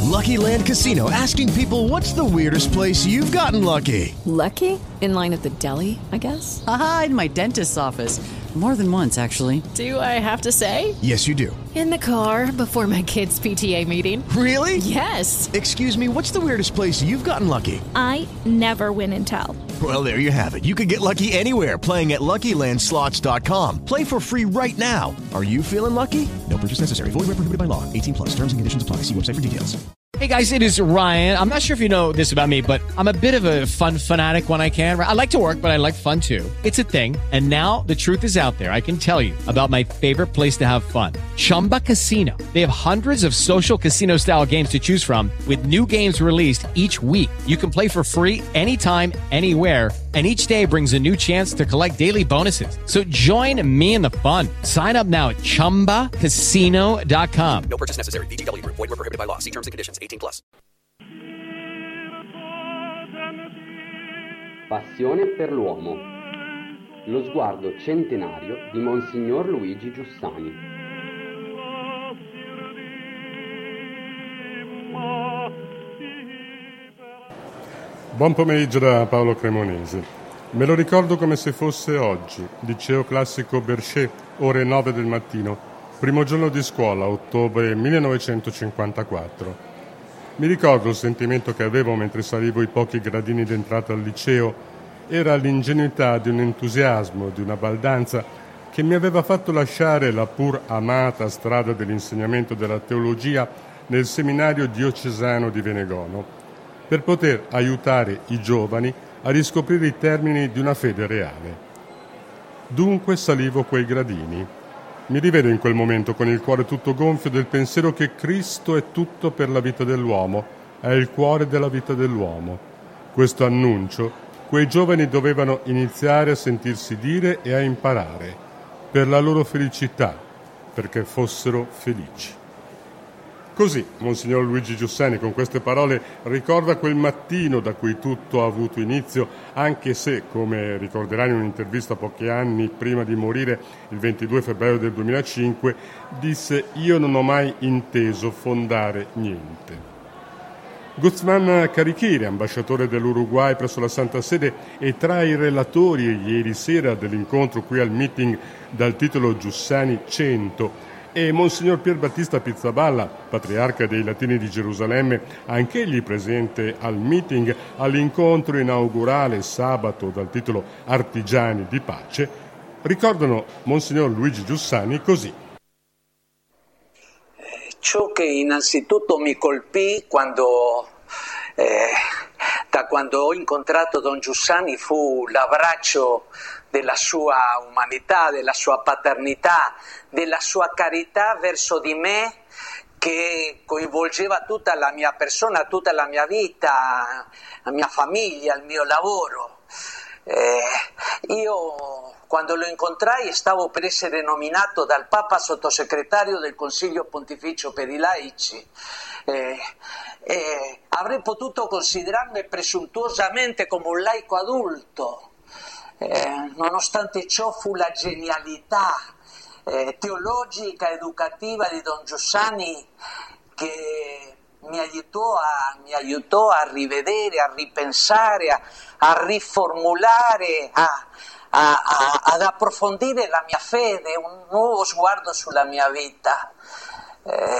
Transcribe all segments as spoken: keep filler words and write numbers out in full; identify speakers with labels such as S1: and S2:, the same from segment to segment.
S1: Lucky Land Casino, asking people, what's the weirdest place you've gotten lucky?
S2: Lucky? In line at the deli, I guess?
S3: Aha, in my dentist's office. More than once, actually.
S2: Do I have to say?
S1: Yes, you do.
S2: In the car before my kids' P T A meeting.
S1: Really?
S2: Yes.
S1: Excuse me, what's the weirdest place you've gotten lucky?
S4: I never win and tell.
S1: Well, there you have it. You can get lucky anywhere, playing at Lucky Land Slots dot com. Play for free right now. Are you feeling lucky? No purchase necessary. Void where prohibited by law. eighteen plus. Terms and conditions apply. See website for details.
S5: Hey guys, it is Ryan. I'm not sure if you know this about me, but I'm a bit of a fun fanatic when I can. I like to work, but I like fun too. It's a thing. And now the truth is out there. I can tell you about my favorite place to have fun. Chumba Casino. They have hundreds of social casino style games to choose from with new games released each week. You can play for free anytime, anywhere. And each day brings a new chance to collect daily bonuses. So join me in the fun. Sign up now at chumba casino dot com.
S6: No purchase necessary. V G W Group. Void where prohibited by law. See terms and conditions. eighteen plus.
S7: Passione per l'uomo. Lo sguardo centenario di Monsignor Luigi Giussani.
S8: Buon pomeriggio da Paolo Cremonese. Me lo ricordo come se fosse oggi, liceo classico Berchet, ore nove del mattino, primo giorno di scuola, ottobre millenovecentocinquantaquattro. Mi ricordo il sentimento che avevo mentre salivo i pochi gradini d'entrata al liceo. Era l'ingenuità di un entusiasmo, di una baldanza che mi aveva fatto lasciare la pur amata strada dell'insegnamento della teologia nel seminario diocesano di Venegono, per poter aiutare i giovani a riscoprire i termini di una fede reale. Dunque salivo quei gradini. Mi rivedo in quel momento con il cuore tutto gonfio del pensiero che Cristo è tutto per la vita dell'uomo, è il cuore della vita dell'uomo. Questo annuncio, quei giovani dovevano iniziare a sentirsi dire e a imparare, per la loro felicità, perché fossero felici. Così, Monsignor Luigi Giussani, con queste parole, ricorda quel mattino da cui tutto ha avuto inizio, anche se, come ricorderà in un'intervista pochi anni prima di morire, il ventidue febbraio del duemilacinque, disse: «Io non ho mai inteso fondare niente». Guzmán Carichiri, ambasciatore dell'Uruguay presso la Santa Sede e tra i relatori ieri sera dell'incontro qui al meeting dal titolo Giussani cento, e Monsignor Pier Battista Pizzaballa, patriarca dei Latini di Gerusalemme, anch'egli presente al meeting, all'incontro inaugurale sabato dal titolo Artigiani di Pace, ricordano Monsignor Luigi Giussani così.
S9: Ciò che innanzitutto mi colpì quando, eh, da quando ho incontrato Don Giussani fu l'abbraccio della sua umanità, della sua paternità, della sua carità verso di me, che coinvolgeva tutta la mia persona, tutta la mia vita, la mia famiglia, il mio lavoro. Eh, io quando lo incontrai stavo per essere nominato dal Papa sottosegretario del Consiglio Pontificio per i laici. Eh, eh, avrei potuto considerarmi presuntuosamente come un laico adulto. Eh, nonostante ciò fu la genialità eh, teologica, educativa di Don Giussani che mi aiutò a, mi aiutò a rivedere, a ripensare, a, a riformulare, a, a, a, ad approfondire la mia fede, un nuovo sguardo sulla mia vita. Eh,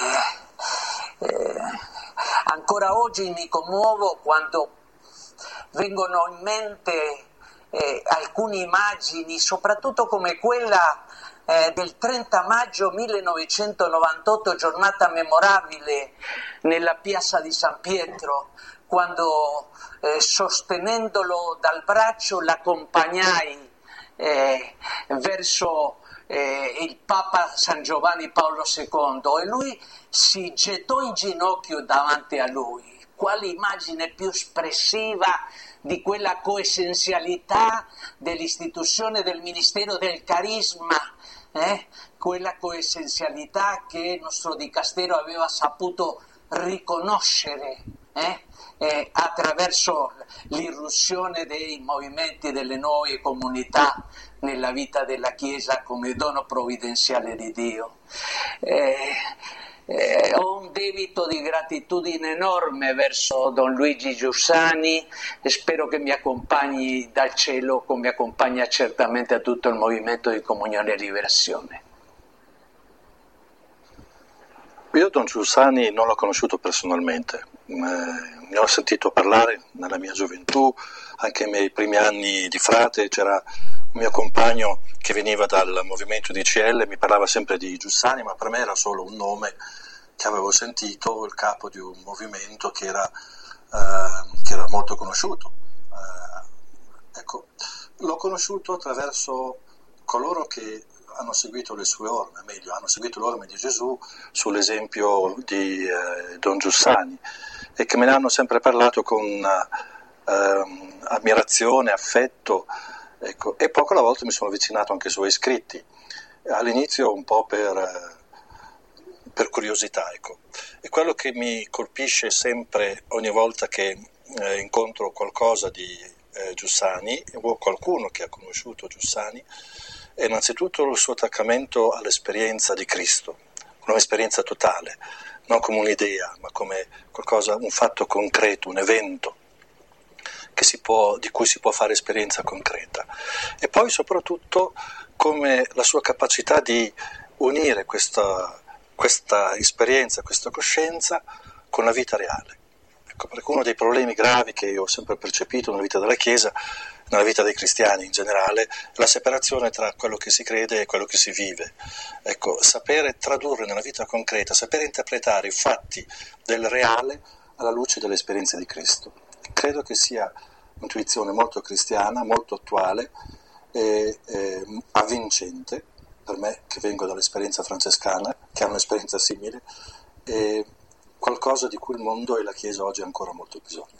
S9: eh, ancora oggi mi commuovo quando vengono in mente Eh, alcune immagini, soprattutto come quella eh, del trenta maggio millenovecentonovantotto, giornata memorabile nella piazza di San Pietro, quando eh, sostenendolo dal braccio l'accompagnai eh, verso eh, il Papa San Giovanni Paolo secondo e lui si gettò in ginocchio davanti a lui. Quale immagine più espressiva di quella coessenzialità dell'istituzione del Ministero del Carisma, eh? quella coessenzialità che il nostro dicastero aveva saputo riconoscere eh? Eh, attraverso l'irruzione dei movimenti delle nuove comunità nella vita della Chiesa come dono provvidenziale di Dio. Eh, Eh, ho un debito di gratitudine enorme verso Don Luigi Giussani e spero che mi accompagni dal cielo come accompagna certamente a tutto il movimento di Comunione e Liberazione.
S10: Io Don Giussani non l'ho conosciuto personalmente, eh, ne ho sentito parlare nella mia gioventù, anche nei miei primi anni di frate. C'era un mio compagno che veniva dal movimento di C L, mi parlava sempre di Giussani, ma per me era solo un nome che avevo sentito, il capo di un movimento che era, eh, che era molto conosciuto. Eh, ecco, l'ho conosciuto attraverso coloro che hanno seguito le sue orme, meglio, hanno seguito le orme di Gesù sull'esempio di eh, Don Giussani, e che me ne hanno sempre parlato con eh, ammirazione, affetto, ecco. E poco alla volta mi sono avvicinato anche ai suoi scritti, all'inizio un po' per, per curiosità, ecco. E quello che mi colpisce sempre ogni volta che eh, incontro qualcosa di eh, Giussani, o qualcuno che ha conosciuto Giussani, è innanzitutto il suo attaccamento all'esperienza di Cristo, un'esperienza totale, non come un'idea, ma come qualcosa, un fatto concreto, un evento che si può, di cui si può fare esperienza concreta. E poi soprattutto come la sua capacità di unire questa, questa esperienza, questa coscienza con la vita reale. Ecco, perché uno dei problemi gravi che io ho sempre percepito nella vita della Chiesa, nella vita dei cristiani in generale, è la separazione tra quello che si crede e quello che si vive. Ecco, sapere tradurre nella vita concreta, sapere interpretare i fatti del reale alla luce delle esperienze di Cristo. Credo che sia un'intuizione molto cristiana, molto attuale e eh, avvincente, per me che vengo dall'esperienza francescana, che ha un'esperienza simile, e qualcosa di cui il mondo e la Chiesa oggi ha ancora molto bisogno.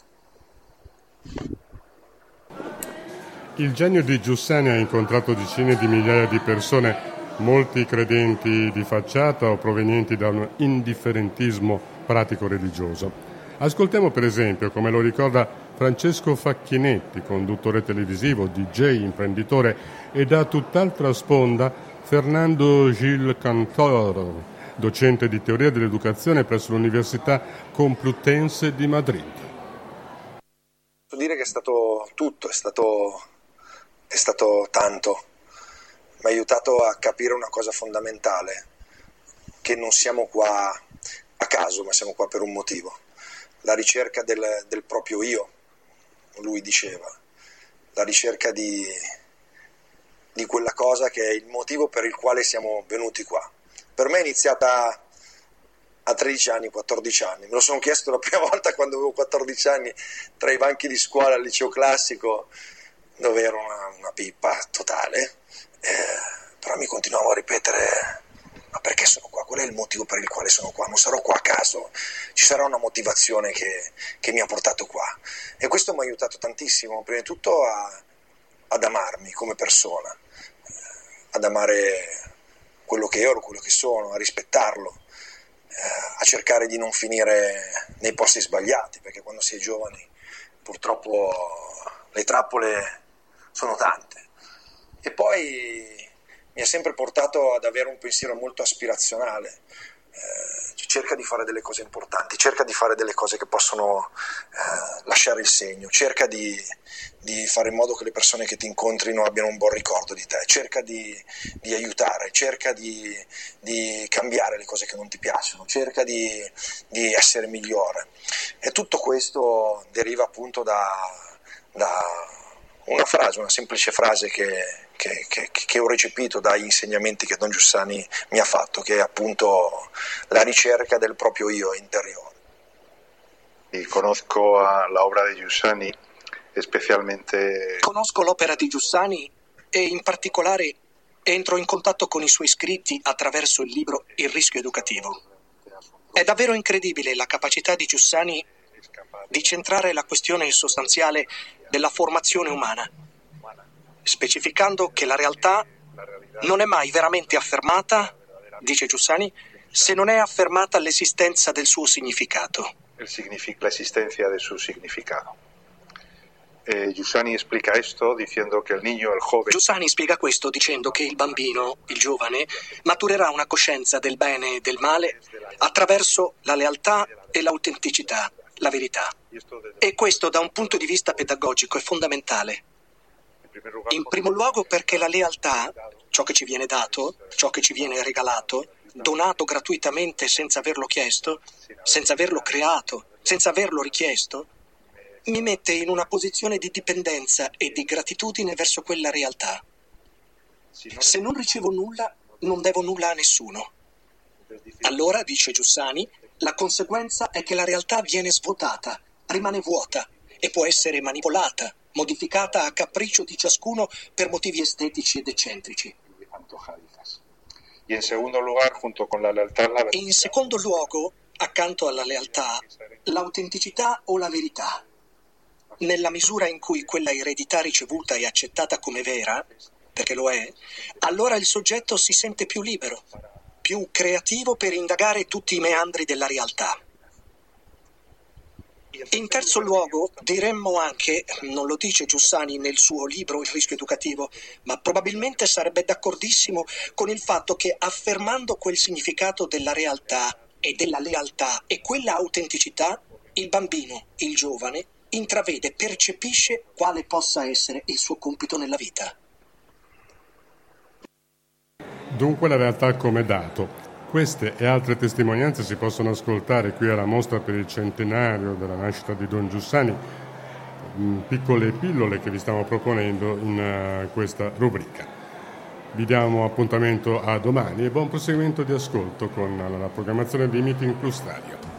S8: Il genio di Giussani ha incontrato decine di migliaia di persone, molti credenti di facciata o provenienti da un indifferentismo pratico-religioso. Ascoltiamo per esempio, come lo ricorda Francesco Facchinetti, conduttore televisivo, D J, imprenditore, e da tutt'altra sponda Fernando Gil Cantor, docente di teoria dell'educazione presso l'Università Complutense di Madrid.
S11: Posso dire che è stato tutto, è stato, è stato tanto. Mi ha aiutato a capire una cosa fondamentale, che non siamo qua a caso, ma siamo qua per un motivo. La ricerca del, del proprio io, lui diceva, la ricerca di, di quella cosa che è il motivo per il quale siamo venuti qua. Per me è iniziata a tredici anni, quattordici anni. Me lo sono chiesto la prima volta quando avevo quattordici anni, tra i banchi di scuola al liceo classico, dove ero una, una pippa totale, eh, però mi continuavo a ripetere: ma perché sono qua? Qual è il motivo per il quale sono qua? Non sarò qua a caso, ci sarà una motivazione che, che mi ha portato qua. E questo mi ha aiutato tantissimo, prima di tutto a, ad amarmi come persona, ad amare quello che ero, quello che sono, a rispettarlo, eh, a cercare di non finire nei posti sbagliati, perché quando si è giovani purtroppo le trappole sono tante. E poi mi ha sempre portato ad avere un pensiero molto aspirazionale, eh, cerca di fare delle cose importanti, cerca di fare delle cose che possono eh, lasciare il segno, cerca di, di fare in modo che le persone che ti incontrino abbiano un buon ricordo di te, cerca di, di aiutare, cerca di, di cambiare le cose che non ti piacciono, cerca di, di essere migliore. E tutto questo deriva appunto da, da una frase, una semplice frase che Che, che, che ho recepito dagli insegnamenti che Don Giussani mi ha fatto, che è appunto la ricerca del proprio io interiore.
S12: Conosco l'opera di Giussani, specialmente...
S13: Conosco l'opera di Giussani e in particolare entro in contatto con i suoi scritti attraverso il libro Il rischio educativo. È davvero incredibile la capacità di Giussani di centrare la questione sostanziale della formazione umana, specificando che la realtà non è mai veramente affermata, dice Giussani, se non è affermata l'esistenza del suo significato.
S12: L'esistenza del suo significato. Eh, Giussani explica esto diciendo que el niño, el joven...
S13: Giussani spiega questo dicendo che il bambino, il giovane, maturerà una coscienza del bene e del male attraverso la lealtà e l'autenticità, la verità. E questo da un punto di vista pedagogico è fondamentale. In primo luogo perché la lealtà, ciò che ci viene dato, ciò che ci viene regalato, donato gratuitamente senza averlo chiesto, senza averlo creato, senza averlo richiesto, mi mette in una posizione di dipendenza e di gratitudine verso quella realtà. Se non ricevo nulla, non devo nulla a nessuno. Allora, dice Giussani, la conseguenza è che la realtà viene svuotata, rimane vuota e può essere manipolata, modificata a capriccio di ciascuno per motivi estetici ed eccentrici.
S12: Y en segundo lugar, junto con la lealtad, la
S13: In secondo luogo, accanto alla lealtà, l'autenticità o la verità. Nella misura in cui quella eredità ricevuta è accettata come vera, perché lo è, allora il soggetto si sente più libero, più creativo per indagare tutti i meandri della realtà. In terzo luogo, diremmo anche, non lo dice Giussani nel suo libro Il rischio educativo, ma probabilmente sarebbe d'accordissimo con il fatto che affermando quel significato della realtà e della lealtà e quella autenticità, il bambino, il giovane, intravede, percepisce quale possa essere il suo compito nella vita.
S8: Dunque la realtà come dato. Queste e altre testimonianze si possono ascoltare qui alla mostra per il centenario della nascita di Don Giussani, piccole pillole che vi stiamo proponendo in uh, questa rubrica. Vi diamo appuntamento a domani e buon proseguimento di ascolto con la, la programmazione di Meeting Plus Radio.